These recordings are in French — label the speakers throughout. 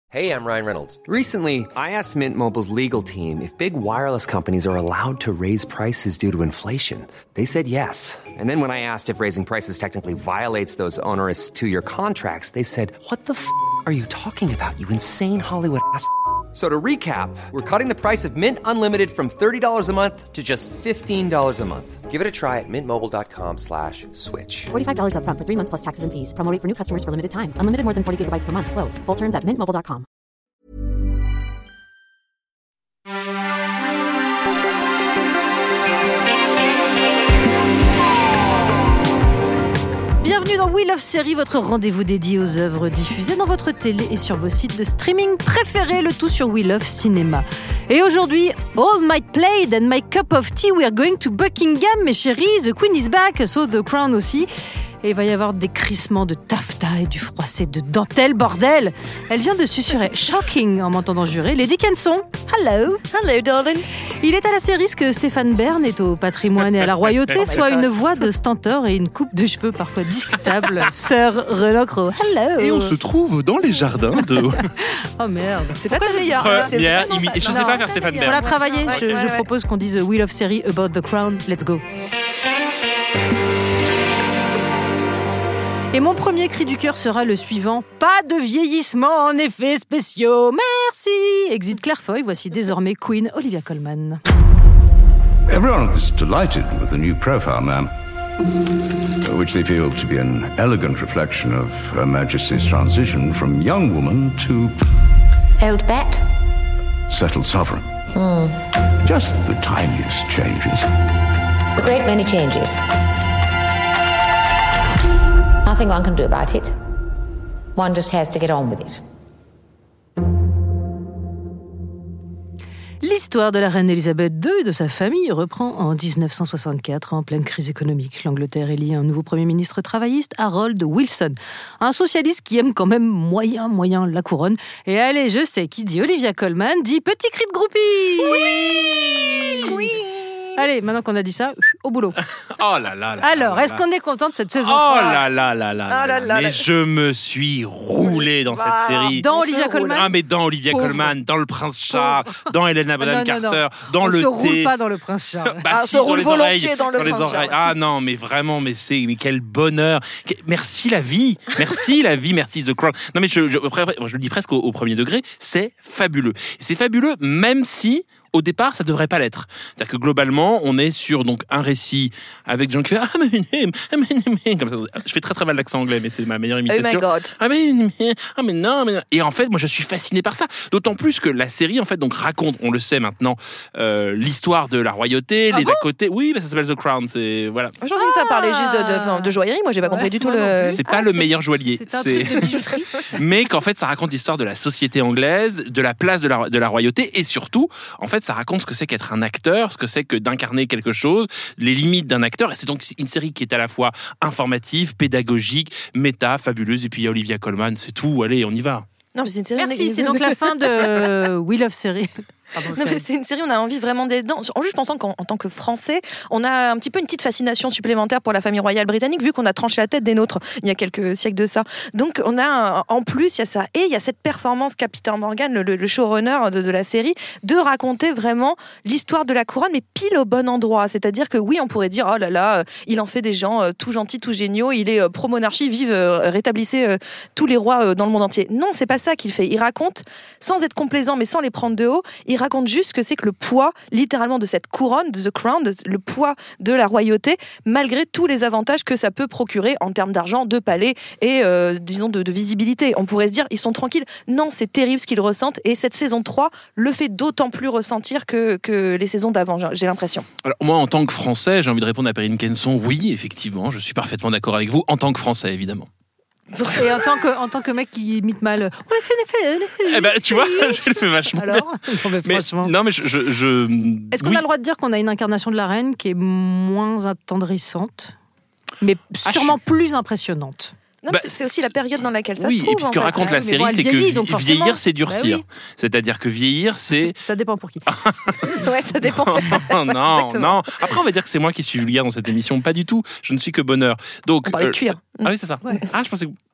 Speaker 1: Hey, I'm Ryan Reynolds.
Speaker 2: Recently, I asked Mint Mobile's legal team if big wireless companies are allowed to raise prices due to inflation. They said yes. And then when I asked if raising prices technically violates those onerous two-year contracts, they said, "What the f*** are you talking about, you insane Hollywood ass?" So to recap, we're cutting the price of Mint Unlimited from $30 a month to just $15 a month.
Speaker 1: Give it a try at mintmobile.com/switch.
Speaker 3: $45 up front for 3 months plus taxes and fees. Promo rate for new customers for limited time. Unlimited more than 40 gigabytes per month. Slows full terms at mintmobile.com.
Speaker 4: Bienvenue dans We Love Série, votre rendez-vous dédié aux œuvres diffusées dans votre télé et sur vos sites de streaming préférés, le tout sur We Love Cinéma. Et aujourd'hui, all my plate and my cup of tea, we are going to Buckingham, mes chéris, the Queen is back, so the Crown aussi. Et il va y avoir des crissements de taffetas et du froissé de dentelle, bordel. Elle vient de susurrer « shocking » en m'entendant jurer. Lady Kenson, hello.
Speaker 5: Hello, darling.
Speaker 4: Il est à la série ce que Stéphane Bern est au patrimoine et à la royauté, soit une voix de stentor et une coupe de cheveux parfois discutable. Sir Renaud Crowe, hello.
Speaker 6: Et on se trouve dans les jardins de...
Speaker 4: Oh merde.
Speaker 5: C'est pas très meilleur.
Speaker 6: Première je sais pas faire Stéphane
Speaker 4: Faut la
Speaker 6: Bern.
Speaker 4: travailler. Je propose qu'on dise We Love Série about the crown. Let's go. Et mon premier cri du cœur sera le suivant. Pas de vieillissement en effets spéciaux. Merci. Exit Clairefoy, voici désormais Queen Olivia Colman.
Speaker 7: Everyone is delighted with the new profile, ma'am, which they feel to be an elegant reflection of Her Majesty's transition from young woman to
Speaker 8: Old bet?
Speaker 7: settled sovereign. Just the tiniest changes.
Speaker 8: A great many changes. Nothing one can do about it. One just has to get on with it.
Speaker 4: L'histoire de la reine Elisabeth II et de sa famille reprend en 1964, en pleine crise économique. L'Angleterre élit un nouveau Premier ministre travailliste, Harold Wilson, un socialiste qui aime quand même moyen la couronne. Et allez, je sais qui dit Olivia Colman, dit petit cri de groupie.
Speaker 5: Oui.
Speaker 4: Allez, maintenant qu'on a dit ça, au boulot.
Speaker 6: Oh là là là.
Speaker 4: Alors,
Speaker 6: là
Speaker 4: est-ce
Speaker 6: là.
Speaker 4: qu'on est content de cette saison 3
Speaker 6: Oh là là là là.
Speaker 5: Ah là là
Speaker 6: Mais
Speaker 5: là.
Speaker 6: je me suis roulé dans cette série.
Speaker 4: Dans
Speaker 5: On
Speaker 4: Olivia
Speaker 5: se roule.
Speaker 4: Colman.
Speaker 6: Ah mais dans Olivia
Speaker 4: Pauvre.
Speaker 6: Dans le Prince Charles, dans Helena Bonham Carter, dans
Speaker 4: on
Speaker 6: le
Speaker 4: se roule
Speaker 6: thé.
Speaker 4: pas dans le Prince Charles.
Speaker 6: Bah
Speaker 5: Ah,
Speaker 6: si,
Speaker 5: se
Speaker 6: dans
Speaker 5: roule
Speaker 6: les
Speaker 5: volontiers
Speaker 6: oreilles,
Speaker 5: dans le
Speaker 6: les
Speaker 5: Prince
Speaker 6: oreilles.
Speaker 5: Charles.
Speaker 6: Ah non, mais vraiment, mais quel bonheur. Merci la vie, merci The Crown. Non mais je le dis presque au premier degré, c'est fabuleux. C'est fabuleux même si au départ, ça devrait pas l'être. C'est-à-dire que globalement, on est sur donc un récit avec des gens qui font comme ça. Je fais très mal l'accent anglais, mais c'est ma meilleure imitation.
Speaker 5: Oh my God.
Speaker 6: Mais non. Et en fait, moi, je suis fasciné par ça. D'autant plus que la série, en fait, donc raconte, on le sait maintenant, l'histoire de la royauté, les à côté. Oui, mais ça s'appelle The Crown. C'est voilà.
Speaker 5: Je pensais que ça parlait juste de joaillerie. Moi, j'ai pas compris du tout
Speaker 4: moi non
Speaker 5: le.
Speaker 4: plus.
Speaker 6: C'est pas le meilleur joaillier.
Speaker 4: C'est un truc de bijouterie.
Speaker 6: Mais qu'en fait, ça raconte l'histoire de la société anglaise, de la place de la royauté, et surtout, en fait, ça raconte ce que c'est qu'être un acteur, ce que c'est que d'incarner quelque chose, les limites d'un acteur. Et c'est donc une série qui est à la fois informative, pédagogique, méta, fabuleuse. Et puis il y a Olivia Colman, c'est tout. Allez, on y va.
Speaker 5: Non, mais c'est une série.
Speaker 4: Merci, c'est donc la fin de We Love Série. Pardon,
Speaker 5: Non, mais c'est une série, on a envie vraiment d'être dedans. En juste pensant qu'en tant que Français, on a un petit peu une petite fascination supplémentaire pour la famille royale britannique, vu qu'on a tranché la tête des nôtres il y a quelques siècles de ça. Donc, on a en plus, il y a ça. Et il y a cette performance qu'a Peter Morgan, le showrunner de la série, de raconter vraiment l'histoire de la couronne, mais pile au bon endroit. C'est-à-dire que oui, on pourrait dire, oh là là, il en fait des gens tout gentils, tout géniaux, il est pro-monarchie, vive, rétablissez tous les rois dans le monde entier. Non, c'est pas ça qu'il fait. Il raconte, sans être complaisant, mais sans les prendre de haut, il raconte juste ce que c'est que le poids, littéralement, de cette couronne, de The Crown, le poids de la royauté, malgré tous les avantages que ça peut procurer en termes d'argent, de palais et, disons, de visibilité. On pourrait se dire, ils sont tranquilles. Non, c'est terrible ce qu'ils ressentent. Et cette saison 3 le fait d'autant plus ressentir que les saisons d'avant, j'ai l'impression.
Speaker 6: Alors, moi, en tant que Français, j'ai envie de répondre à Perrine Kenson. Oui, effectivement, je suis parfaitement d'accord avec vous. En tant que Français, évidemment.
Speaker 4: Et en tant que mec qui imite mal,
Speaker 6: Eh ben, tu vois, je le fais vachement bien.
Speaker 4: alors, non, mais franchement.
Speaker 6: Non, mais
Speaker 4: Est-ce qu'on
Speaker 6: oui.
Speaker 4: a le droit de dire qu'on a une incarnation de la reine qui est moins attendrissante, mais sûrement plus impressionnante?
Speaker 5: Non,
Speaker 6: Bah,
Speaker 5: c'est aussi la période dans laquelle ça
Speaker 6: oui,
Speaker 5: se trouve.
Speaker 6: et puis ce que
Speaker 5: en fait.
Speaker 6: raconte la
Speaker 4: Mais
Speaker 6: série,
Speaker 4: bon, elle
Speaker 6: c'est
Speaker 4: vieillit,
Speaker 6: que
Speaker 4: donc forcément.
Speaker 6: vieillir, c'est durcir.
Speaker 4: Bah
Speaker 6: C'est-à-dire que vieillir, c'est...
Speaker 4: Ça dépend pour qui.
Speaker 5: Ouais, ça dépend.
Speaker 6: non,
Speaker 5: Exactement.
Speaker 6: non. Après, on va dire que c'est moi qui suis vulgaire dans cette émission. Pas du tout. Je ne suis que bonheur. Donc,
Speaker 5: On parlait de cuir.
Speaker 6: Ah oui, c'est ça.
Speaker 4: Ouais.
Speaker 6: Ah, je pensais que...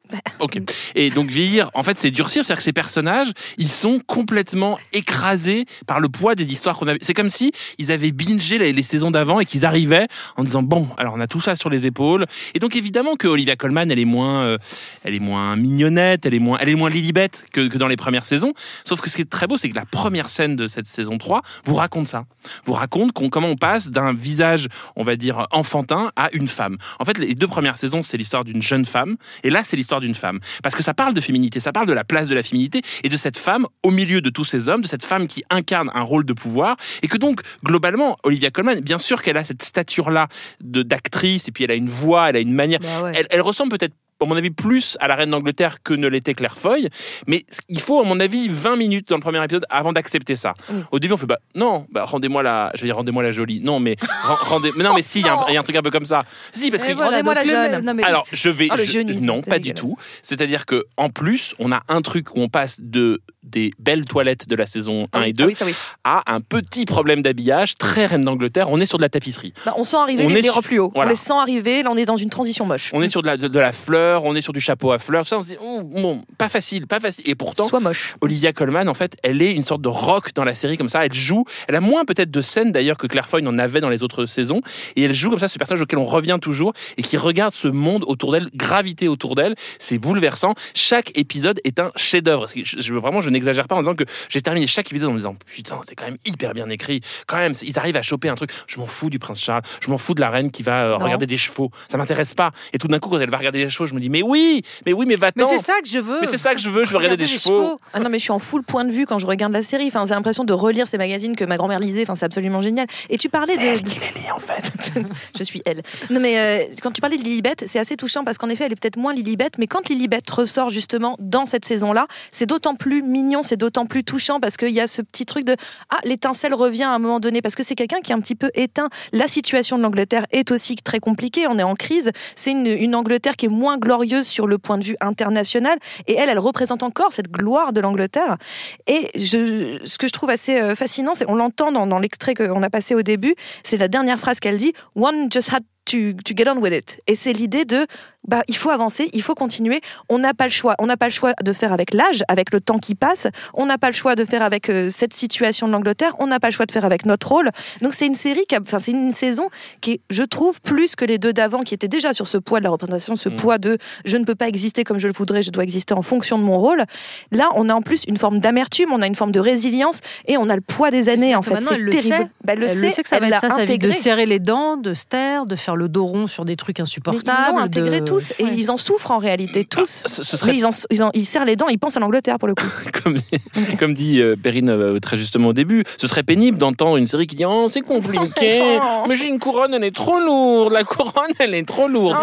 Speaker 6: Ok. Et donc vieillir, en fait, c'est durcir, c'est-à-dire que ces personnages, ils sont complètement écrasés par le poids des histoires qu'on avait. C'est comme si ils avaient bingé les saisons d'avant et qu'ils arrivaient en disant bon, alors on a tout ça sur les épaules. Et donc évidemment que Olivia Colman, elle est moins mignonnette, elle est moins Lilibet que dans les premières saisons. Sauf que ce qui est très beau, c'est que la première scène de cette saison 3 vous raconte ça. Vous raconte comment on passe d'un visage, on va dire enfantin, à une femme. En fait, les 2 premières saisons, c'est l'histoire d'une jeune femme, et là, c'est l'histoire d'une femme. Parce que ça parle de féminité, ça parle de la place de la féminité et de cette femme au milieu de tous ces hommes, de cette femme qui incarne un rôle de pouvoir et que donc, globalement, Olivia Colman, bien sûr qu'elle a cette stature-là d'actrice et puis elle a une voix, elle a une manière. Elle ressemble peut-être à mon avis, plus à la reine d'Angleterre que ne l'était Claire Foy. Mais il faut, à mon avis, 20 minutes dans le premier épisode avant d'accepter ça. Au début, on fait, rendez-moi la jolie. Non, mais mais si, il y a un truc un peu comme ça. Si, parce que
Speaker 5: rendez-moi la jeune.
Speaker 6: Alors, non, pas du tout. C'est-à-dire que en plus, on a un truc où on passe des belles toilettes de la saison 1 et 2 à un petit problème d'habillage très reine d'Angleterre. On est sur de la tapisserie.
Speaker 5: On sent arriver les robes plus haut.
Speaker 6: Voilà.
Speaker 5: On les sent arriver, là on est dans une transition moche.
Speaker 6: On est sur de la fleur, on est sur du chapeau à fleurs. Ça, on se dit, pas facile. Et pourtant,
Speaker 5: soit moche.
Speaker 6: Olivia Colman, en fait, elle est une sorte de rock dans la série comme ça. Elle a moins peut-être de scènes d'ailleurs que Claire Foy n'en avait dans les autres saisons. Et elle joue comme ça ce personnage auquel on revient toujours et qui regarde ce monde autour d'elle, graviter autour d'elle. C'est bouleversant. Chaque épisode est un chef-d'œuvre. Je n'exagère pas en disant que j'ai terminé chaque épisode en me disant putain, c'est quand même hyper bien écrit. Quand même, ils arrivent à choper un truc. Je m'en fous du prince Charles. Je m'en fous de la reine qui va regarder des chevaux. Ça m'intéresse pas. Et tout d'un coup, quand elle va regarder des chevaux, je me dis mais oui, mais va-t'en.
Speaker 4: Mais c'est ça que je veux.
Speaker 6: Je veux regarder des chevaux.
Speaker 5: Ah non, mais je suis en full point de vue quand je regarde la série. Enfin, j'ai l'impression de relire ces magazines que ma grand-mère lisait. Enfin, c'est absolument génial. Et tu parlais
Speaker 6: elle qui les lit en fait.
Speaker 5: Je suis elle. Non, mais quand tu parlais de Lilibet, c'est assez touchant parce qu'en effet, elle est peut-être moins Lilibet, mais quand Lilibet ressort justement dans cette saison-là, c'est d'autant plus mignon, c'est d'autant plus touchant parce qu'il y a ce petit truc de l'étincelle revient à un moment donné parce que c'est quelqu'un qui est un petit peu éteint. La situation de l'Angleterre est aussi très compliquée. On est en crise. C'est une Angleterre qui est moins glorieuse sur le point de vue international et elle représente encore cette gloire de l'Angleterre. Et ce que je trouve assez fascinant, c'est on l'entend dans l'extrait qu'on a passé au début, c'est la dernière phrase qu'elle dit « One just had to get on with it ». Et c'est l'idée de il faut avancer, il faut continuer. On n'a pas le choix. On n'a pas le choix de faire avec l'âge, avec le temps qui passe. On n'a pas le choix de faire avec cette situation de l'Angleterre. On n'a pas le choix de faire avec notre rôle. Donc c'est une série, c'est une saison qui est, je trouve, plus que les 2 d'avant, qui étaient déjà sur ce poids de la représentation, ce poids de je ne peux pas exister comme je le voudrais, je dois exister en fonction de mon rôle. Là, on a en plus une forme d'amertume, on a une forme de résilience et on a le poids des années. En fait, c'est terrible.
Speaker 4: Elle sait que ça va être ça, sa vie, de serrer les dents, de se taire, de faire le dos rond sur des trucs insupportables.
Speaker 5: Mais ils l'ont intégré tous. Et ils en souffrent en réalité, tous. Mais ils serrent les dents, ils pensent à l'Angleterre pour le coup.
Speaker 6: comme dit Perrine très justement au début, ce serait pénible d'entendre une série qui dit c'est compliqué, mais j'ai une couronne, elle est trop lourde, la couronne, elle est trop lourde.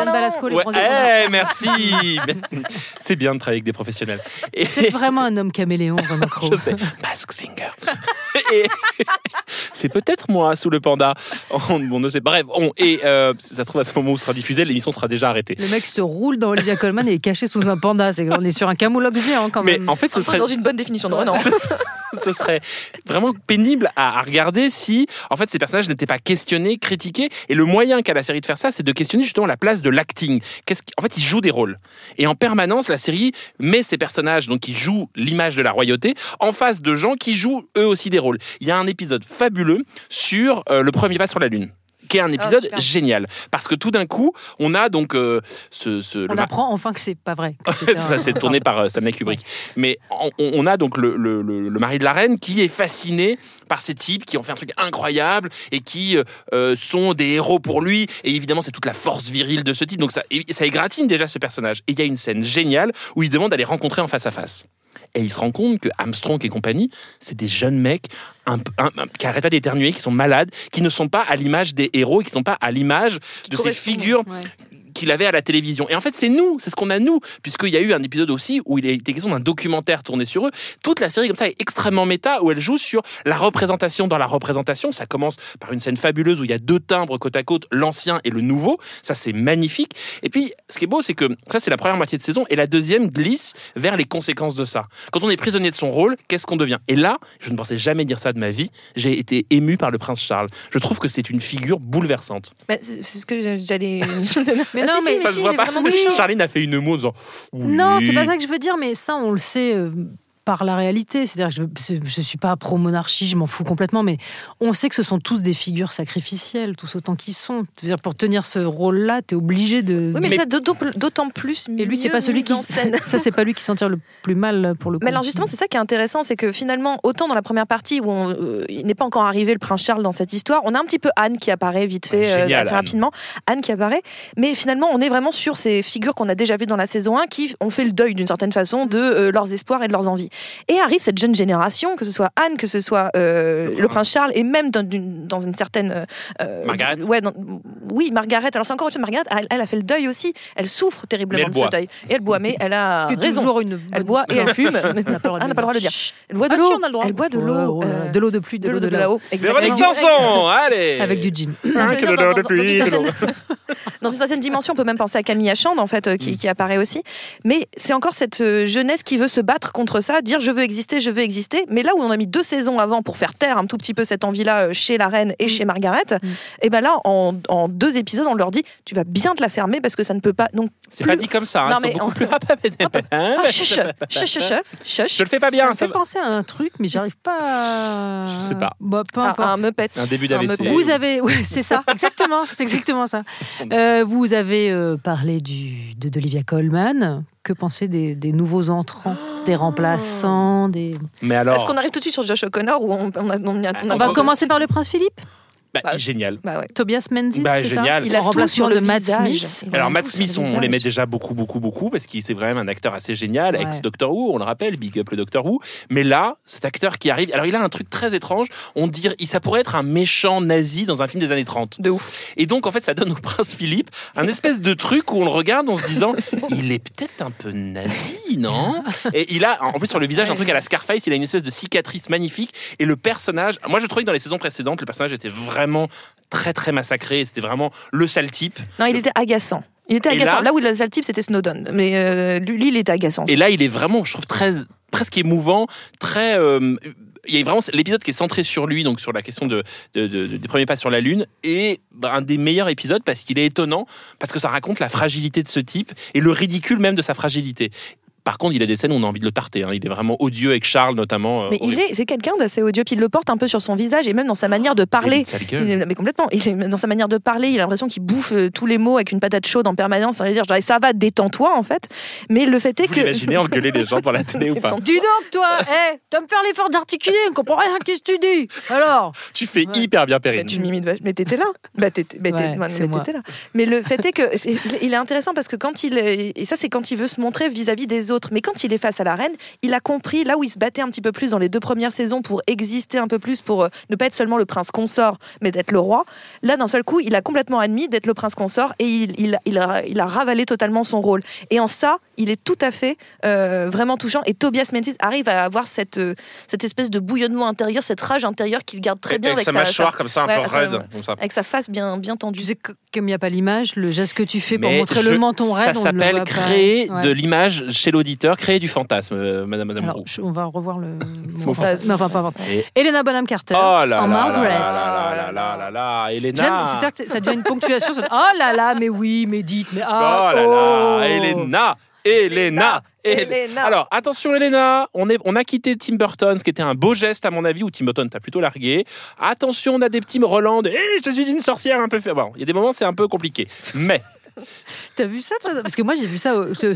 Speaker 6: Merci. C'est bien de travailler avec des professionnels.
Speaker 4: C'est vraiment un homme caméléon, Renaud Crowe.
Speaker 6: Je sais, Mask Singer. Et c'est peut-être moi sous le panda. On ne sait. Bref, ça se trouve à ce moment où sera diffusé, l'émission sera déjà arrêtée.
Speaker 4: Le mec se roule dans Olivia Colman et est caché sous un panda. On est sur un camoulox géant quand même.
Speaker 6: Mais en fait, ce serait
Speaker 5: dans une bonne définition de Renan.
Speaker 6: Ce serait vraiment pénible à regarder si, en fait, ces personnages n'étaient pas questionnés, critiqués. Et le moyen qu'a la série de faire ça, c'est de questionner justement la place de l'acting. En fait, ils jouent des rôles. Et en permanence, la série met ces personnages, donc qui jouent l'image de la royauté, en face de gens qui jouent eux aussi des rôles. Il y a un épisode fabuleux sur le premier pas sur la Lune, qui est un épisode génial. Parce que tout d'un coup, on a donc
Speaker 4: on apprend enfin que c'est pas vrai.
Speaker 6: Ça, c'est tourné par Stanley Kubrick. Mais on a donc le mari de la reine qui est fasciné par ces types qui ont fait un truc incroyable et qui sont des héros pour lui. Et évidemment, c'est toute la force virile de ce type. Donc ça égratigne déjà ce personnage. Et il y a une scène géniale où il demande d'aller rencontrer en face à face. Et il se rend compte que Armstrong et compagnie, c'est des jeunes mecs qui n'arrêtent pas d'éternuer, qui sont malades, qui ne sont pas à l'image des héros et qui ne sont pas à l'image de ces figures qu'il avait à la télévision. Et en fait, c'est ce qu'on a nous, puisqu'il y a eu un épisode aussi où il était question d'un documentaire tourné sur eux. Toute la série comme ça est extrêmement méta, où elle joue sur la représentation dans la représentation. Ça commence par une scène fabuleuse où il y a 2 timbres côte à côte, l'ancien et le nouveau. Ça, c'est magnifique. Et puis, ce qui est beau, c'est que ça, c'est la première moitié de saison, et la deuxième glisse vers les conséquences de ça. Quand on est prisonnier de son rôle, qu'est-ce qu'on devient? Et là, je ne pensais jamais dire ça de ma vie, j'ai été ému par le prince Charles. Je trouve que c'est une figure bouleversante.
Speaker 5: C'est ce que j'allais...
Speaker 4: Mais non,
Speaker 5: si,
Speaker 4: mais
Speaker 5: si,
Speaker 6: Ça se voit
Speaker 5: il est
Speaker 6: pas.
Speaker 5: vraiment méchant.
Speaker 6: Charline a fait une moue en disant oui.
Speaker 4: non, c'est pas ça que je veux dire, mais ça, on le sait par la réalité. C'est-à-dire que je suis pas pro-monarchie, je m'en fous complètement, mais on sait que ce sont tous des figures sacrificielles, tous autant qu'ils sont. C'est-à-dire, pour tenir ce rôle-là, t'es obligé de...
Speaker 5: Oui, mais ça d'autant plus.
Speaker 4: Et lui, c'est
Speaker 5: mieux
Speaker 4: pas celui
Speaker 5: mis
Speaker 4: qui...
Speaker 5: en scène.
Speaker 4: Ça, c'est pas lui qui s'en tire le plus mal, pour le coup.
Speaker 5: Mais alors justement, c'est ça qui est intéressant, c'est que finalement, autant dans la première partie où il n'est pas encore arrivé le prince Charles dans cette histoire, on a un petit peu Anne qui apparaît vite fait,
Speaker 6: Génial,
Speaker 5: assez
Speaker 6: Anne.
Speaker 5: rapidement. Anne qui apparaît, mais finalement, on est vraiment sur ces figures qu'on a déjà vues dans la saison 1 qui ont fait le deuil d'une certaine façon de leurs espoirs et de leurs envies. Et arrive cette jeune génération, que ce soit Anne, que ce soit le prince Charles, et même dans une certaine...
Speaker 6: Margaret.
Speaker 5: Oui, Margaret. Alors c'est encore autre chose. Margaret, elle a fait le deuil aussi. Elle souffre terriblement de ce
Speaker 6: boit.
Speaker 5: deuil. Et elle boit, mais elle a
Speaker 4: C'est
Speaker 5: raison.
Speaker 4: toujours une
Speaker 5: Elle boit et elle fume.
Speaker 4: On n'a pas le droit de le dire.
Speaker 5: Elle boit de
Speaker 4: Ah,
Speaker 5: l'eau.
Speaker 4: si, on a le droit.
Speaker 5: Elle boit de l'eau.
Speaker 4: De l'eau de pluie, de l'eau de là-haut.
Speaker 6: Véronique
Speaker 5: Exactement.
Speaker 6: Sanson, allez.
Speaker 4: Avec du gin.
Speaker 6: Que de l'eau de pluie, de l'eau.
Speaker 5: Dans une certaine dimension, on peut même penser à Camille Achand, en fait, qui apparaît aussi. Mais c'est encore cette jeunesse qui veut se battre contre ça, dire je veux exister. Mais là où on a mis 2 saisons avant pour faire taire un tout petit peu cette envie-là chez la reine et chez Margaret, et ben là, en 2 épisodes, on leur dit tu vas bien te la fermer parce que ça ne peut pas. Donc,
Speaker 6: C'est pas dit comme ça,
Speaker 5: Non,
Speaker 6: ils
Speaker 5: mais
Speaker 6: sont beaucoup plus...
Speaker 5: Ah, chuch.
Speaker 6: Je le fais pas bien.
Speaker 4: Ça me fait penser à un truc, mais j'arrive pas à...
Speaker 6: Je sais pas.
Speaker 4: Bah, peu importe.
Speaker 5: Un Muppet.
Speaker 6: Un début
Speaker 5: Un
Speaker 6: d'AVC.
Speaker 5: Muppet.
Speaker 4: Vous avez, oui, c'est ça, exactement, c'est exactement ça. Vous avez parlé d'Olivia Colman. Que penser des nouveaux entrants, des remplaçants, des...
Speaker 6: Mais alors...
Speaker 5: Est-ce qu'on arrive tout de suite sur Josh O'Connor ou on
Speaker 4: On va commencer par le prince Philippe.
Speaker 6: Génial.
Speaker 5: Bah ouais.
Speaker 4: Tobias Menzies,
Speaker 6: Bah,
Speaker 4: c'est
Speaker 6: génial.
Speaker 4: ça.
Speaker 5: Il a
Speaker 4: En
Speaker 5: tout
Speaker 4: remplacement
Speaker 5: sur le
Speaker 4: de Matt
Speaker 5: visage.
Speaker 4: Smith.
Speaker 5: Il a
Speaker 6: Alors
Speaker 5: tout
Speaker 6: Matt
Speaker 5: sur
Speaker 6: Smith,
Speaker 5: le
Speaker 6: on
Speaker 5: visage.
Speaker 6: l'aimait déjà beaucoup parce qu'il c'est vraiment un acteur assez génial,
Speaker 4: Ouais.
Speaker 6: ex-Doctor Who, on le rappelle, big up le Doctor Who. Mais là, cet acteur qui arrive, alors il a un truc très étrange, ça pourrait être un méchant nazi dans un film des années 30.
Speaker 5: De ouf.
Speaker 6: Et donc en fait ça donne au prince Philippe un espèce de truc où on le regarde en se disant il est peut-être un peu nazi, non? Et il a en plus sur le visage un truc à la Scarface, il a une espèce de cicatrice magnifique et le personnage, moi je trouvais que dans les saisons précédentes le personnage était vraiment très très massacré, c'était vraiment le sale type.
Speaker 5: Non, il était agaçant. Il était
Speaker 6: Et
Speaker 5: agaçant.
Speaker 6: là-
Speaker 5: Là où le sale type, c'était Snowden. Mais lui, il était agaçant.
Speaker 6: Et là, il est vraiment, je trouve, presque émouvant, très. Il y a vraiment l'épisode qui est centré sur lui, donc sur la question des premiers pas sur la Lune, et un des meilleurs épisodes parce qu'il est étonnant, parce que ça raconte la fragilité de ce type et le ridicule même de sa fragilité. Par contre, il a des scènes où on a envie de le tarter. Il est vraiment odieux avec Charles, notamment.
Speaker 5: Mais c'est quelqu'un d'assez odieux. Puis il le porte un peu sur son visage et même dans sa manière de parler. Mais complètement. Dans sa manière de parler, il a l'impression qu'il bouffe tous les mots avec une patate chaude en permanence. On va dire, genre, ça va, détends-toi en fait. Mais le fait est
Speaker 6: Vous
Speaker 5: que.
Speaker 6: imaginez engueuler les gens devant la télé ou pas?
Speaker 4: Dis donc, toi, tu vas me faire l'effort d'articuler, on comprend rien, qu'est-ce que tu dis? Alors,
Speaker 6: Tu fais hyper bien, Perrine.
Speaker 5: Tu m'imites vachement. Mais t'étais là.
Speaker 4: c'est moi.
Speaker 5: T'étais là. Mais le fait est que il est intéressant parce que et ça c'est quand il veut se montrer vis-à-vis des autres. Mais quand il est face à la reine, il a compris là où il se battait un petit peu plus dans les 2 premières saisons pour exister un peu plus, pour ne pas être seulement le prince consort, mais d'être le roi. Là, d'un seul coup, il a complètement admis d'être le prince consort et il a ravalé totalement son rôle. Et en ça, il est tout à fait vraiment touchant. Et Tobias Menzies arrive à avoir cette espèce de bouillonnement intérieur, cette rage intérieure qu'il garde très bien
Speaker 6: avec sa mâchoire comme ça, un peu raide. Comme ça.
Speaker 5: avec sa face bien tendue.
Speaker 4: tu sais, comme il n'y a pas l'image, le geste que tu fais pour
Speaker 6: Mais
Speaker 4: montrer le menton raide,
Speaker 6: ça
Speaker 4: on ne le
Speaker 6: s'appelle
Speaker 4: voit pas.
Speaker 6: créer
Speaker 4: Ouais.
Speaker 6: de l'image chez l'auditeur, créer du fantasme, Madame
Speaker 4: Alors,
Speaker 6: Roux.
Speaker 4: on va revoir le
Speaker 6: Faux
Speaker 5: fantasme.
Speaker 4: Mais enfin, pas avant.
Speaker 6: Et-
Speaker 4: Helena Bonham Carter
Speaker 6: Oh là
Speaker 4: en
Speaker 6: là
Speaker 4: Margaret.
Speaker 6: là,
Speaker 4: J'aime,
Speaker 6: Elena.
Speaker 4: c'est-à-dire que ça devient une ponctuation. Oh là là, mais oui, mais dites, mais ah,
Speaker 6: Oh là là, Elena.
Speaker 5: Elena.
Speaker 6: Alors, attention Elena, on a quitté Tim Burton, ce qui était un beau geste à mon avis, où Tim Burton t'a plutôt largué. Attention, on a des petits Roland, je suis une sorcière un peu fait. Bon, il y a des moments c'est un peu compliqué. Mais
Speaker 4: T'as vu ça, toi? Parce que moi, j'ai vu ça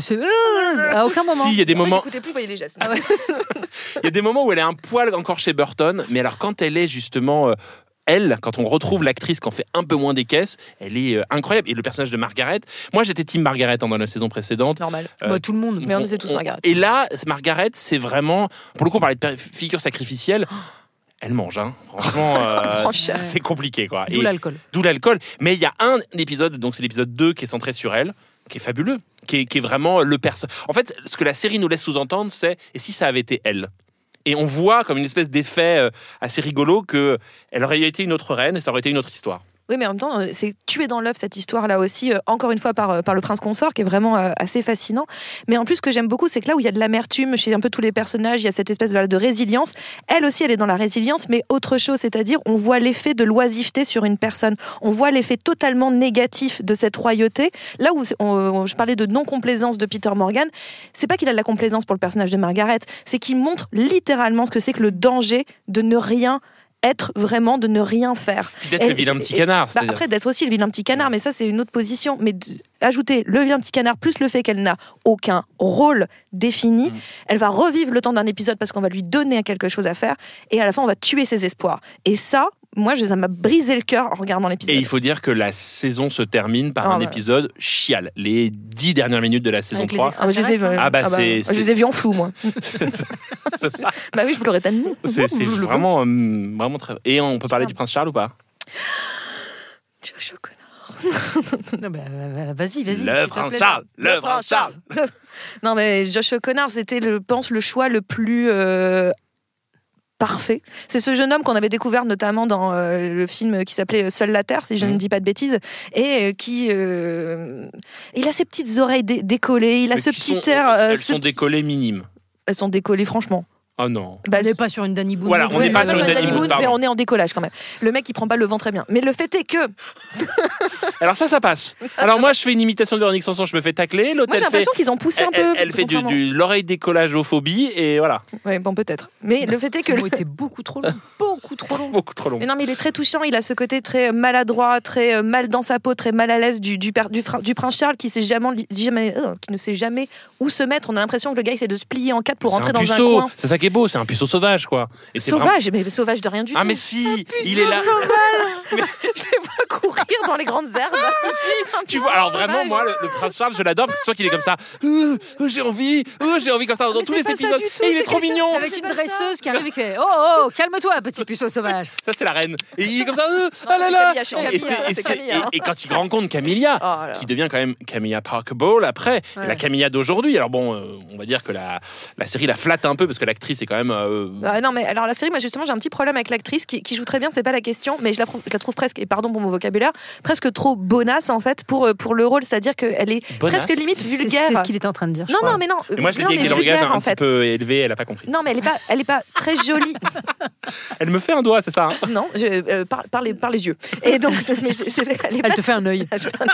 Speaker 4: à aucun moment.
Speaker 6: si, il y a des
Speaker 5: Moi,
Speaker 6: moments,
Speaker 5: j'écoutais plus, voyez les gestes.
Speaker 6: il y a des moments où elle est un poil encore chez Burton, mais alors quand elle est justement elle, quand on retrouve l'actrice qui en fait un peu moins des caisses, elle est incroyable. Et le personnage de Margaret, moi j'étais team Margaret dans la saison précédente.
Speaker 5: Normal.
Speaker 4: Bah, tout le monde.
Speaker 5: Mais on était tous Margaret.
Speaker 6: Et là, Margaret, c'est vraiment, pour le coup, on parlait de figure sacrificielle. Elle mange, hein. Franchement,
Speaker 5: Franchement.
Speaker 6: c'est compliqué, quoi.
Speaker 4: D'où
Speaker 6: Et-
Speaker 4: l'alcool.
Speaker 6: D'où l'alcool. Mais il y a un épisode, donc c'est l'épisode 2 qui est centré sur elle, qui est fabuleux, qui est vraiment le personnage. En fait, ce que la série nous laisse sous-entendre, c'est et si ça avait été elle? Et on voit comme une espèce d'effet assez rigolo que elle aurait été une autre reine et ça aurait été une autre histoire.
Speaker 5: Oui, mais en même temps, c'est tué dans l'œuf cette histoire-là aussi, encore une fois par le prince consort, qui est vraiment assez fascinant. Mais en plus, ce que j'aime beaucoup, c'est que là où il y a de l'amertume chez un peu tous les personnages, il y a cette espèce de résilience. Elle aussi, elle est dans la résilience, mais autre chose, c'est-à-dire on voit l'effet de l'oisiveté sur une personne. On voit l'effet totalement négatif de cette royauté. Là où je parlais de non-complaisance de Peter Morgan, c'est pas qu'il a de la complaisance pour le personnage de Margaret, c'est qu'il montre littéralement ce que c'est que le danger de ne rien être vraiment, de ne rien faire.
Speaker 6: Puis d'être le vilain petit canard.
Speaker 5: Après, d'être aussi le vilain petit canard, mais ça, c'est une autre position. Mais ajouter le vilain petit canard, plus le fait qu'elle n'a aucun rôle défini, elle va revivre le temps d'un épisode parce qu'on va lui donner quelque chose à faire, et à la fin, on va tuer ses espoirs. Et ça, moi, ça m'a brisé le cœur en regardant l'épisode.
Speaker 6: Et il faut dire que la saison se termine par un épisode chial. Les 10 dernières minutes de la saison 3.
Speaker 5: Je les ai vus en flou, moi.
Speaker 6: C'est ça.
Speaker 5: Bah oui, je pleurais tellement.
Speaker 6: C'est vraiment, vraiment très... Et on peut parler du prince Charles ou pas?
Speaker 5: Josh O'Connor.
Speaker 4: Non, vas-y.
Speaker 6: Le prince Charles.
Speaker 5: Non, mais Josh O'Connor, c'était, je pense, le choix le plus... parfait. C'est ce jeune homme qu'on avait découvert notamment dans le film qui s'appelait Seule la Terre, si je ne dis pas de bêtises, et qui... il a ses petites oreilles décollées, il a ce petit air...
Speaker 6: Elles sont décollées minimes.
Speaker 5: Elles sont décollées, franchement.
Speaker 6: Oh non.
Speaker 4: On n'est pas sur une Danny Boone.
Speaker 6: Voilà, on n'est pas sur une Danny Boone,
Speaker 5: mais on est en décollage quand même. Le mec, il prend pas le vent très bien. Mais le fait est que...
Speaker 6: Alors ça passe. Alors moi, je fais une imitation de Véronique Sanson, je me fais tacler. L'autre,
Speaker 5: moi, j'ai l'impression qu'ils ont poussé un peu.
Speaker 6: Elle fait de l'oreille décollageophobie, et voilà.
Speaker 5: Oui, bon, peut-être. Mais le fait est que...
Speaker 4: Le mot était beaucoup trop long. Beaucoup trop long.
Speaker 5: Mais non, mais il est très touchant. Il a ce côté très maladroit, très mal dans sa peau, très mal à l'aise du prince Charles qui ne sait jamais où se mettre. On a l'impression que le gars essaie de se plier en quatre pour rentrer dans un coin.
Speaker 6: C'est ça qui est beau, c'est un puceau sauvage, quoi. Et
Speaker 5: sauvage, mais sauvage de rien du tout.
Speaker 6: Ah mais si, il est là.
Speaker 5: Mais je les vois courir dans les grandes herbes.
Speaker 6: Si, tu vois. Alors vraiment, moi, le prince Charles, je l'adore parce que tu sens qu'il est comme ça. J'ai envie comme ça dans tous les épisodes. Et il est trop mignon.
Speaker 4: Avec une dresseuse qui arrive et qui fait oh, calme-toi, petit puceau sauvage.
Speaker 6: Ça c'est la reine. Et il est comme ça. Ah là là. Et quand il rencontre Camilla, qui devient quand même Camilla Parker Bowles après, la Camilla d'aujourd'hui. Alors bon, on va dire que la série la flatte un peu parce que l'actrice est quand même.
Speaker 5: Non mais alors la série, moi justement j'ai un petit problème avec l'actrice qui joue très bien, c'est pas la question, mais je la trouve presque, et pardon pour mon vocabulaire, presque trop bonasse en fait pour le rôle, c'est-à-dire qu'elle est presque limite vulgaire.
Speaker 4: C'est ce qu'il était en train de dire.
Speaker 5: Non mais non.
Speaker 6: Et moi je l'ai dit avec des langages un petit peu élevés, elle a pas compris.
Speaker 5: Non mais elle est pas très jolie.
Speaker 6: Elle me fait un doigt, c'est ça hein?
Speaker 5: Non, par les yeux. Et donc
Speaker 4: elle te fait un œil.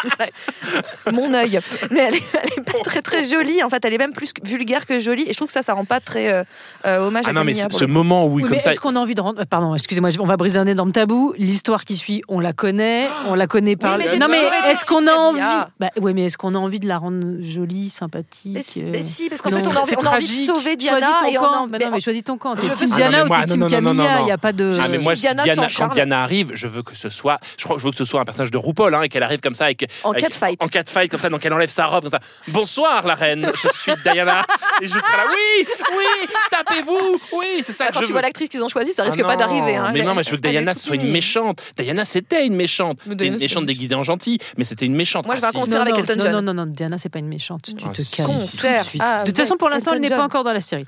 Speaker 5: Mon œil. Mais elle est pas très très jolie en fait, elle est même plus vulgaire que jolie, et je trouve que ça rend pas très hommage à Camilla.
Speaker 6: Non mais ce moment où comme ça.
Speaker 4: Est-ce qu'on a envie de rendre... Pardon, excusez-moi, on va briser un énorme tabou. L'histoire qui suit, on la connaît par. Non mais est-ce qu'on a envie mais est-ce qu'on a envie de la rendre jolie, sympathique?
Speaker 5: Mais si, parce qu'en fait on a envie de sauver Diana et
Speaker 4: mais choisis ton camp. T'es team Diana ou t'es team Camilla? Il y a pas de.
Speaker 6: Mais moi quand Diana arrive, je veux que ce soit un personnage de RuPaul et qu'elle arrive comme ça
Speaker 5: en catfight
Speaker 6: comme ça, donc elle enlève sa robe comme ça. Bonsoir la reine, je suis Diana et je serai là. Oui, tapez-vous. Oui, c'est ça que je veux.
Speaker 5: Quand tu vois l'actrice qu'ils ont choisie, ça risque pas d'arriver.
Speaker 6: Mais non, mais je veux que Diana soit une méchante. Diana, c'était une méchante. C'était une méchante déguisée en gentille, mais c'était une méchante.
Speaker 5: Moi, je vais à un concert avec Elton John.
Speaker 4: Non, Diana, c'est pas une méchante. Tu te calmes.
Speaker 5: Concert.
Speaker 4: De toute façon, pour l'instant, elle n'est pas encore dans la série.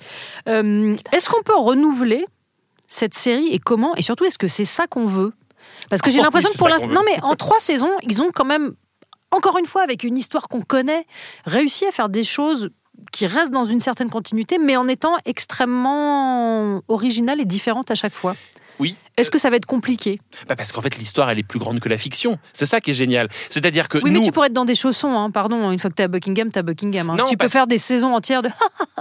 Speaker 4: Est-ce qu'on peut renouveler cette série et comment? Et surtout, est-ce que c'est ça qu'on veut? Parce que j'ai l'impression que pour l'instant... Non, mais en 3 saisons, ils ont quand même, encore une fois, avec une histoire qu'on connaît, réussi à faire des choses qui restent dans une certaine continuité, mais en étant extrêmement originales et différentes à chaque fois.
Speaker 6: Oui.
Speaker 4: Est-ce que ça va être compliqué?
Speaker 6: Parce qu'en fait, l'histoire, elle est plus grande que la fiction. C'est ça qui est génial. C'est-à-dire que
Speaker 4: oui, mais tu pourrais être dans des chaussons, pardon. Une fois que t'es à Buckingham, t'es à Buckingham. Non, tu peux faire des saisons entières de...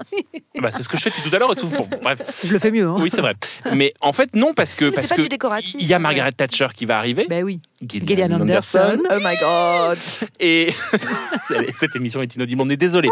Speaker 6: c'est ce que je fais depuis tout à l'heure et tout. Bon, bref.
Speaker 4: Je le fais mieux.
Speaker 6: Oui, c'est vrai. Mais en fait, non, parce que il y a Margaret Thatcher qui va arriver.
Speaker 4: Ben oui. Gillian Anderson.
Speaker 5: Oh my God.
Speaker 6: Et cette émission est inaudible, on est désolé.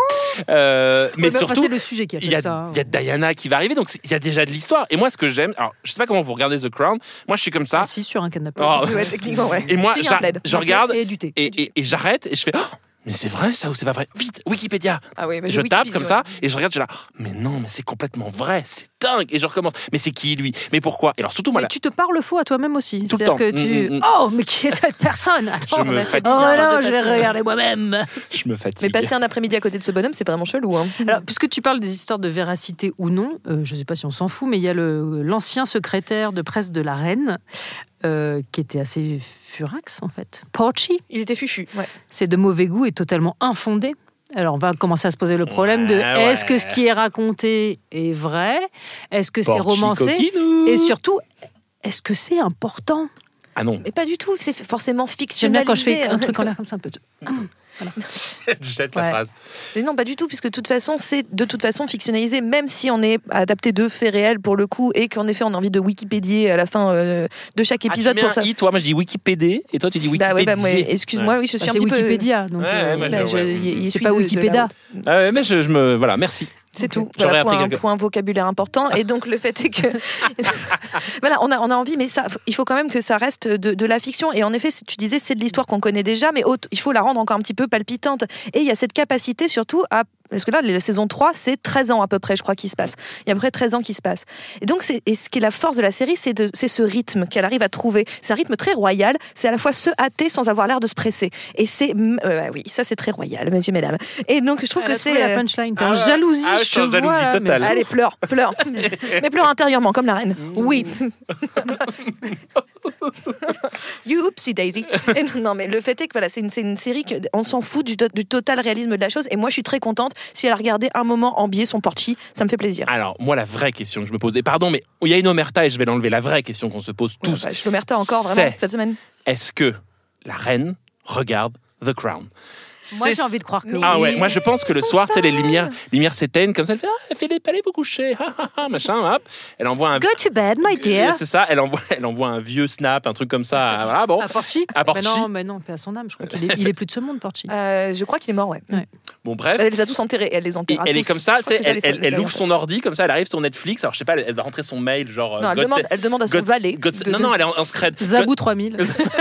Speaker 6: Mais surtout,
Speaker 4: c'est le sujet qui a fait ça.
Speaker 6: Il y a Diana qui va arriver, donc il y a déjà de l'histoire. Et moi, ce que j'aime, alors je sais pas comment vous regardez The Crown. Moi, je suis comme ça.
Speaker 4: Assis sur un canapé.
Speaker 5: Techniquement, ouais.
Speaker 6: Et moi, je regarde
Speaker 4: et du thé.
Speaker 6: Et j'arrête et je fais. Mais c'est vrai ça ou c'est pas vrai? Vite, Wikipédia. Je tape comme ça et je regarde, je suis là. Mais non, mais c'est complètement vrai, c'est dingue. Et je recommence. Mais c'est qui lui? Mais pourquoi? Et alors surtout moi.
Speaker 4: Mais tu te parles faux à toi-même aussi.
Speaker 6: Tout le temps.
Speaker 4: Que tu. Oh, mais qui est cette personne? Attends,
Speaker 6: je me fatigue.
Speaker 4: Oh non, je vais regarder moi-même.
Speaker 6: Je me fatigue.
Speaker 5: Mais passer un après-midi à côté de ce bonhomme, c'est vraiment chelou. Hein.
Speaker 4: Alors, puisque tu parles des histoires de véracité ou non, je sais pas si on s'en fout, mais il y a l'ancien secrétaire de presse de la reine. qui était assez furax en fait. Porchy,
Speaker 5: Il était fufu. Ouais.
Speaker 4: c'est de mauvais goût et totalement infondé. Alors on va commencer à se poser le problème de est-ce que ce qui est raconté est vrai? Est-ce que c'est romancé?
Speaker 6: Coquinou.
Speaker 4: Et surtout, est-ce que c'est important?
Speaker 6: Ah non,
Speaker 5: Mais pas du tout, c'est forcément
Speaker 4: J'aime
Speaker 5: fictionnalisé.
Speaker 4: bien quand je fais un truc en l'air comme ça un peu.
Speaker 6: je jette la
Speaker 4: Ouais.
Speaker 6: phrase.
Speaker 5: Mais non, pas du tout, puisque de toute façon, c'est de toute façon fictionnalisé, même si on est adapté de faits réels pour le coup, et qu'en effet, on a envie de Wikipédier à la fin de chaque épisode
Speaker 6: tu mets
Speaker 5: pour ça.
Speaker 6: un i, toi, moi je dis Wikipédie, et toi tu dis
Speaker 5: Bah
Speaker 6: Wikipédie.
Speaker 5: ouais, moi, excuse-moi, oui, je suis un
Speaker 4: C'est
Speaker 5: petit peu.
Speaker 4: Wikipédia. Donc,
Speaker 6: Ouais, moi,
Speaker 5: Bah,
Speaker 6: ouais.
Speaker 5: il
Speaker 4: c'est
Speaker 5: suit
Speaker 4: pas
Speaker 5: de la
Speaker 4: Wikipédia.
Speaker 5: route.
Speaker 6: Ah ouais, mais je me. Voilà, merci.
Speaker 5: C'est tout.
Speaker 6: J'aurais
Speaker 5: Voilà,
Speaker 6: appris
Speaker 5: point vocabulaire important. Et donc, le fait est que. Voilà, on a envie, mais ça, il faut quand même que ça reste de la fiction. Et en effet, tu disais, c'est de l'histoire qu'on connaît déjà, mais il faut la rendre encore un petit peu palpitante. Et il y a cette capacité surtout à. Parce que là, la saison 3, c'est 13 ans à peu près, je crois, qui se passe. Il y a à peu près 13 ans qui se passe. Et donc, ce qui est la force de la série, c'est ce rythme qu'elle arrive à trouver. C'est un rythme très royal. C'est à la fois se hâter sans avoir l'air de se presser. Et c'est. Oui, ça, c'est très royal, messieurs, mesdames. Et donc, je trouve que c'est.
Speaker 4: la punchline. T'es en jalousie,
Speaker 6: Ah,
Speaker 4: je
Speaker 6: je suis en
Speaker 4: te
Speaker 6: jalousie
Speaker 4: vois. là,
Speaker 6: totale.
Speaker 4: mais-
Speaker 5: Allez, pleure. Mais pleure intérieurement, comme la reine.
Speaker 4: Oui.
Speaker 5: You oopsie daisy. Et non, mais le fait est que voilà, c'est une série on s'en fout du total réalisme de la chose. Et moi, je suis très contente si elle a regardé un moment en biais son Porchi. Ça me fait plaisir.
Speaker 6: Alors, moi, la vraie question que je me pose, et pardon, mais il y a une omerta et je vais l'enlever, la vraie question qu'on se pose tous,
Speaker 5: Je l'omerta encore vraiment
Speaker 6: c'est-
Speaker 5: cette semaine.
Speaker 6: est-ce que la reine regarde The Crown?
Speaker 4: Moi,
Speaker 6: C'est-
Speaker 4: j'ai envie de croire que
Speaker 6: Ah
Speaker 4: oui.
Speaker 6: ouais, moi je pense que le soir, tu sais, les lumières s'éteignent comme ça, elle fait Philippe, allez vous coucher, machin, hop. Elle envoie un
Speaker 4: Go to bed, my dear.
Speaker 6: C'est ça, elle envoie un vieux snap, un truc comme ça, voilà, bon.
Speaker 4: À Porchy.
Speaker 6: À Porchy.
Speaker 4: Mais non, paix à son âme. Je crois qu'il est plus de ce monde, Porchy.
Speaker 5: Je crois qu'il est mort, ouais.
Speaker 6: Bon bref.
Speaker 5: Elle les a tous enterrés. Elle les
Speaker 6: Et
Speaker 5: enterra
Speaker 6: elle est
Speaker 5: tous.
Speaker 6: comme ça,
Speaker 5: Je crois
Speaker 6: tu
Speaker 5: que
Speaker 6: sais,
Speaker 5: c'est ça,
Speaker 6: elle ouvre son ordi comme ça, elle arrive sur Netflix, alors je sais pas, elle va rentrer son mail genre
Speaker 5: Non, elle demande à son valet.
Speaker 6: non, elle est en scred.
Speaker 4: Zabou 3000.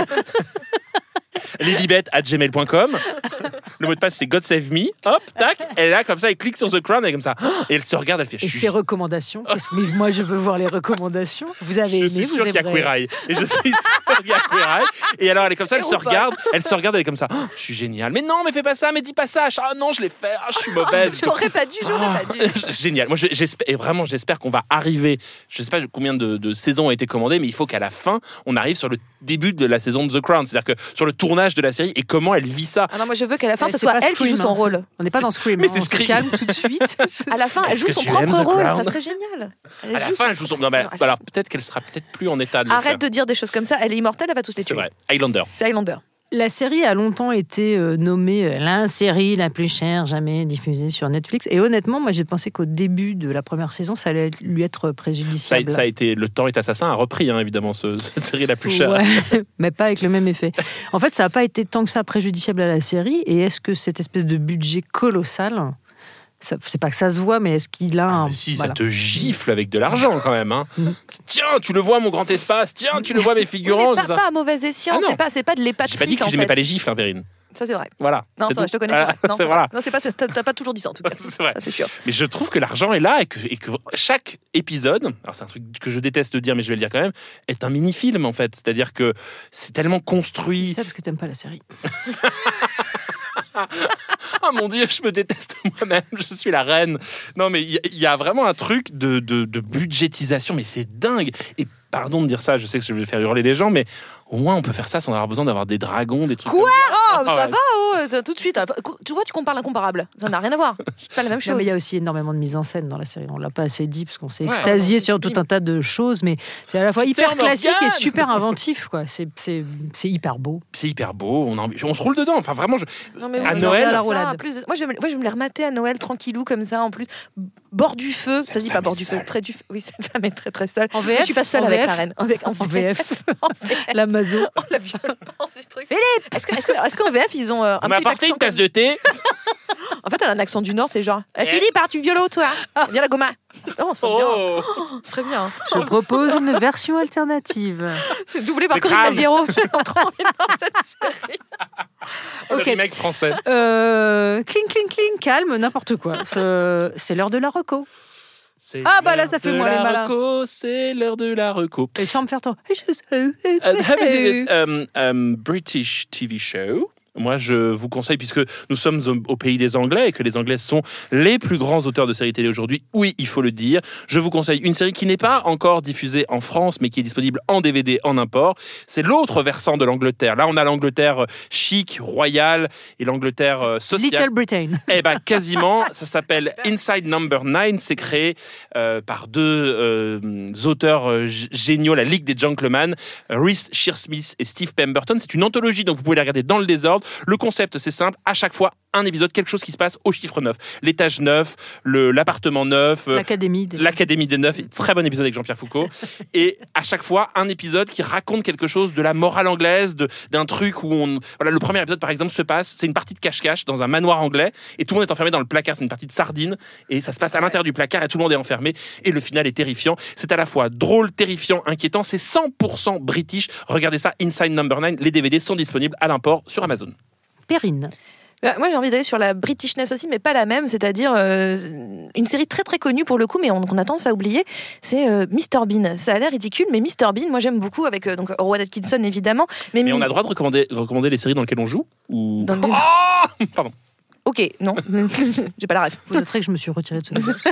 Speaker 6: Lilibet@gmail.com. Le mot de passe c'est God Save Me. Hop, tac. Elle est là comme ça, elle clique sur The Crown, elle est comme ça. Et elle se regarde, elle fait.
Speaker 4: Et ses recommandations. Parce que moi, je veux voir les recommandations. Vous avez
Speaker 6: Je
Speaker 4: aimé,
Speaker 6: suis
Speaker 4: vous
Speaker 6: sûr qu'il y a
Speaker 4: aimerez.
Speaker 6: Queer Eye. Et je suis sûr qu'il y a Queer Eye. Et alors elle est comme ça, elle se regarde, elle est comme ça. Oh, je suis génial. Mais non, mais fais pas ça, mais dis pas ça. Ah non, je l'ai fait. Ah, je suis mauvaise.
Speaker 5: J'aurais pas dû.
Speaker 6: Génial. Moi, j'espère qu'on va arriver. Je sais pas combien de saisons ont été commandées, mais il faut qu'à la fin, on arrive sur le début de la saison de The Crown. C'est-à-dire que sur le tournage de la série et comment elle vit ça.
Speaker 5: Ah non, moi je veux qu'à la fin,
Speaker 4: Mais
Speaker 5: ce
Speaker 4: c'est
Speaker 5: soit
Speaker 4: pas
Speaker 5: elle qui joue
Speaker 4: Scream,
Speaker 5: son
Speaker 4: hein.
Speaker 5: rôle.
Speaker 4: On n'est pas dans Scream.
Speaker 6: Mais
Speaker 4: hein,
Speaker 6: c'est
Speaker 4: on se
Speaker 6: Scream.
Speaker 4: calme tout de suite.
Speaker 5: À la fin, elle
Speaker 6: Est-ce
Speaker 5: joue
Speaker 6: que
Speaker 5: son
Speaker 6: tu aimes
Speaker 5: propre
Speaker 6: The
Speaker 5: rôle.
Speaker 6: Crown
Speaker 5: Ça serait génial.
Speaker 6: À la fin, elle joue son. Non, mais alors peut-être qu'elle sera peut-être plus en état de le faire.
Speaker 5: Arrête de dire des choses comme ça. Elle est immortelle, elle va tous les
Speaker 6: C'est
Speaker 5: tuer.
Speaker 6: vrai. Highlander.
Speaker 5: C'est Highlander.
Speaker 4: La série a longtemps été nommée la série la plus chère jamais diffusée sur Netflix. Et honnêtement, moi, j'ai pensé qu'au début de la première saison, ça allait lui être préjudiciable.
Speaker 6: Ça a été. Le temps est assassin a repris, hein, évidemment, cette série la plus chère.
Speaker 4: Ouais, mais pas avec le même effet. En fait, ça n'a pas été tant que ça préjudiciable à la série. Et est-ce que cette espèce de budget colossal, c'est pas que ça se voit, mais est-ce qu'il a un...
Speaker 6: Mais si,
Speaker 4: voilà.
Speaker 6: ça te gifle avec de l'argent quand même. Hein. Tiens, tu le vois, mon grand espace. Tiens, tu le vois, mes figurants.
Speaker 5: Mais
Speaker 6: comme ça.
Speaker 5: pas à mauvais escient.
Speaker 6: Ah non.
Speaker 5: C'est pas de l'épat
Speaker 6: J'ai pas dit
Speaker 5: fric
Speaker 6: que
Speaker 5: en
Speaker 6: j'aimais
Speaker 5: fait.
Speaker 6: pas les gifles, hein, Perrine.
Speaker 5: Ça c'est vrai.
Speaker 6: Voilà.
Speaker 5: Non,
Speaker 6: c'est
Speaker 5: c'est vrai,
Speaker 6: tout.
Speaker 5: je te connais.
Speaker 6: Voilà,
Speaker 5: c'est vrai. Non,
Speaker 6: c'est voilà.
Speaker 5: Non, c'est pas. T'as pas toujours dit ça en tout cas.
Speaker 6: C'est vrai.
Speaker 5: Ça, c'est sûr.
Speaker 6: Mais je trouve que l'argent est là et que chaque épisode, alors c'est un truc que je déteste dire, mais je vais le dire quand même, est un mini-film en fait. C'est-à-dire que c'est tellement construit.
Speaker 4: C'est ça parce que t'aimes pas la série.
Speaker 6: Oh mon Dieu, je me déteste moi-même, je suis la reine. Non, mais il y a vraiment un truc de budgétisation, mais c'est dingue. Et pardon de dire ça, je sais que je vais faire hurler les gens, mais au moins on peut faire ça sans avoir besoin d'avoir des dragons, des trucs
Speaker 5: Quoi?
Speaker 6: comme
Speaker 5: Oh, ça
Speaker 6: ouais.
Speaker 5: va, tout de suite. Tu vois, tu compares l'incomparable. Ça n'a rien à voir. C'est pas la même
Speaker 4: Non,
Speaker 5: chose.
Speaker 4: mais il y a aussi énormément de mise en scène dans la série. On l'a pas assez dit parce qu'on s'est
Speaker 6: Ouais.
Speaker 4: extasié
Speaker 5: c'est
Speaker 4: sur tout
Speaker 5: sublime.
Speaker 4: un tas de choses, mais c'est à la fois
Speaker 6: Peter
Speaker 4: hyper classique et
Speaker 6: Morgan.
Speaker 4: super inventif, quoi. C'est hyper beau.
Speaker 6: C'est hyper beau, on se roule dedans. Enfin, vraiment,
Speaker 5: Non, mais
Speaker 6: à
Speaker 5: moi,
Speaker 6: Noël,
Speaker 5: j'aime
Speaker 4: la
Speaker 5: ça,
Speaker 4: roulade.
Speaker 5: plus- moi, je vais me les remater à Noël tranquillou comme ça en plus. Bord du feu. Ça se dit pas
Speaker 6: femme
Speaker 5: bord
Speaker 6: est
Speaker 5: du feu.
Speaker 6: seule.
Speaker 5: Près du feu. Oui, cette femme est très très seule.
Speaker 4: En
Speaker 5: Moi,
Speaker 4: VF,
Speaker 5: je suis pas seule
Speaker 4: en
Speaker 5: avec
Speaker 4: VF.
Speaker 5: la reine.
Speaker 4: En VF.
Speaker 5: En VF.
Speaker 4: La mazo.
Speaker 5: Oh, la violence, ce truc. Philippe, est-ce qu'en VF ils ont un
Speaker 6: on m'a
Speaker 5: petit
Speaker 6: apporté
Speaker 5: accent
Speaker 6: une tasse de thé.
Speaker 5: En fait, elle a un accent du Nord, c'est genre Philippe, tu violo toi. Viens la goma. Oh, c'est bien.
Speaker 6: Oh.
Speaker 5: Ce serait bien.
Speaker 4: Je propose une version alternative.
Speaker 5: C'est doublé par
Speaker 6: Le
Speaker 5: Corinne
Speaker 6: crâne.
Speaker 5: Maziero. J'ai trop envie de voir cette série.
Speaker 6: Le
Speaker 4: Ok.
Speaker 6: remake français.
Speaker 4: Cling, cling, cling, calme, n'importe quoi. C'est l'heure de la reco.
Speaker 6: C'est
Speaker 4: Ah, bah là,
Speaker 6: l'heure
Speaker 4: ça fait
Speaker 6: de
Speaker 4: moins les
Speaker 6: la
Speaker 4: malins.
Speaker 6: reco, c'est l'heure de la reco.
Speaker 4: Et sans me faire trop.
Speaker 6: British TV show Moi, je vous conseille, puisque nous sommes au pays des Anglais et que les Anglais sont les plus grands auteurs de séries télé aujourd'hui, oui, il faut le dire, je vous conseille une série qui n'est pas encore diffusée en France, mais qui est disponible en DVD en import. C'est l'autre versant de l'Angleterre. Là, on a l'Angleterre chic, royale, et l'Angleterre sociale.
Speaker 4: Little Britain.
Speaker 6: Eh ben, quasiment. Ça s'appelle Inside Number 9. C'est créé par deux auteurs géniaux, la Ligue des Gentlemen, Reece Shearsmith et Steve Pemberton. C'est une anthologie, donc vous pouvez la regarder dans le désordre. Le concept, c'est simple. À chaque fois, un épisode, quelque chose qui se passe au chiffre 9. L'étage 9, l'appartement 9,
Speaker 4: L'Académie
Speaker 6: des 9. Très bon épisode avec Jean-Pierre Foucault. Et à chaque fois, un épisode qui raconte quelque chose de la morale anglaise, d'un truc où voilà, le premier épisode, par exemple, c'est une partie de cache-cache dans un manoir anglais et tout le monde est enfermé dans le placard. C'est une partie de sardine et ça se passe à l'intérieur du placard et tout le monde est enfermé et le final est terrifiant. C'est à la fois drôle, terrifiant, inquiétant. C'est 100% british. Regardez ça, Inside Number 9. Les DVD sont disponibles à l'import sur Amazon.
Speaker 4: Perrine.
Speaker 5: Moi, j'ai envie d'aller sur la Britishness aussi, mais pas la même, c'est-à-dire une série très très connue pour le coup, mais on a tendance à oublier, c'est Mr Bean. Ça a l'air ridicule, mais Mr Bean, moi j'aime beaucoup, avec donc Rowan Atkinson évidemment. Mais
Speaker 6: on a le droit de recommander les séries dans lesquelles on joue ou... Pardon.
Speaker 5: Ok, non, j'ai pas la ref.
Speaker 4: Vous noterez que je me suis retirée de ce niveau.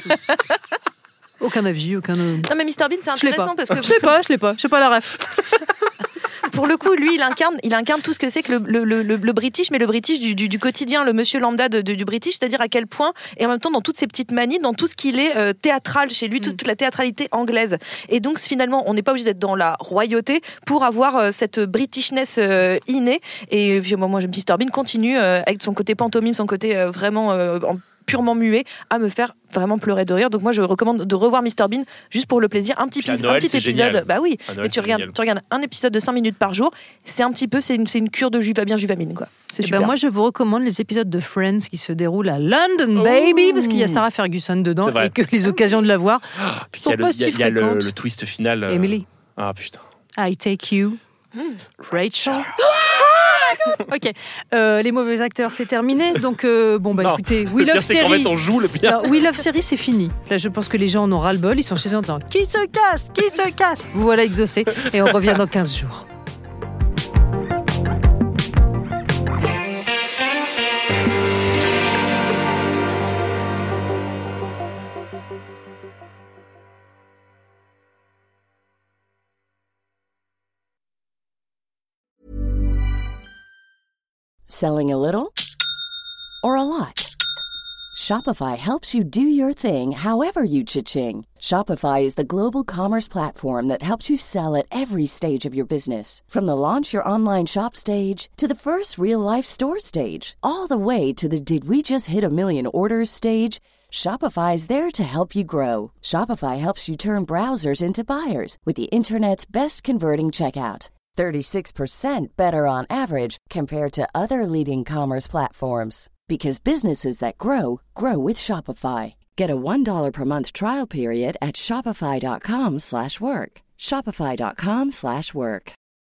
Speaker 4: Aucun avis, aucun... Non
Speaker 5: mais Mr Bean, c'est intéressant parce que...
Speaker 4: Je l'ai pas, j'ai pas la ref.
Speaker 5: Pour le coup, lui, il incarne tout ce que c'est que le British, mais le British du quotidien, le monsieur lambda du British, c'est-à-dire à quel point, et en même temps dans toutes ses petites manies, dans tout ce qu'il est théâtral chez lui, toute la théâtralité anglaise. Et donc finalement, on n'est pas obligé d'être dans la royauté pour avoir cette Britishness innée. Et puis, moi, Mr Bean continue avec son côté pantomime, son côté vraiment purement muet, à me faire vraiment pleurer de rire. Donc moi je recommande de revoir Mr Bean juste pour le plaisir, un petit épisode.
Speaker 6: Génial.
Speaker 5: Bah oui,
Speaker 6: Noël,
Speaker 5: mais tu regardes un épisode de 5 minutes par jour, c'est un petit peu c'est une cure de juvamine quoi. C'est super.
Speaker 4: Moi je vous recommande les épisodes de Friends qui se déroulent à London Baby, parce qu'il y a Sarah Ferguson dedans et que les occasions de la voir sont pas si fréquentes.
Speaker 6: Il y a le twist final.
Speaker 4: Emily.
Speaker 6: Ah putain.
Speaker 4: I take you. Rachel. Ok, les mauvais acteurs, c'est terminé. Donc, écoutez, We Love Series.
Speaker 6: C'est qu'en fait, on joue le bien.
Speaker 4: We Love Series, c'est fini. Là, je pense que les gens en ont ras-le-bol. Ils sont chez eux en disant qui se casse. Vous voilà exaucés. Et on revient dans 15 jours.
Speaker 9: Selling a little or a lot? Shopify helps you do your thing however you cha-ching. Shopify is the global commerce platform that helps you sell at every stage of your business. From the launch your online shop stage to the first real-life store stage, all the way to the did we just hit a million orders stage. Shopify is there to help you grow. Shopify helps you turn browsers into buyers with the internet's best converting checkout. 36% better on average compared to other leading commerce platforms. Because businesses that grow, grow with Shopify. Get a $1 per month trial period at shopify.com/work. Shopify.com/work.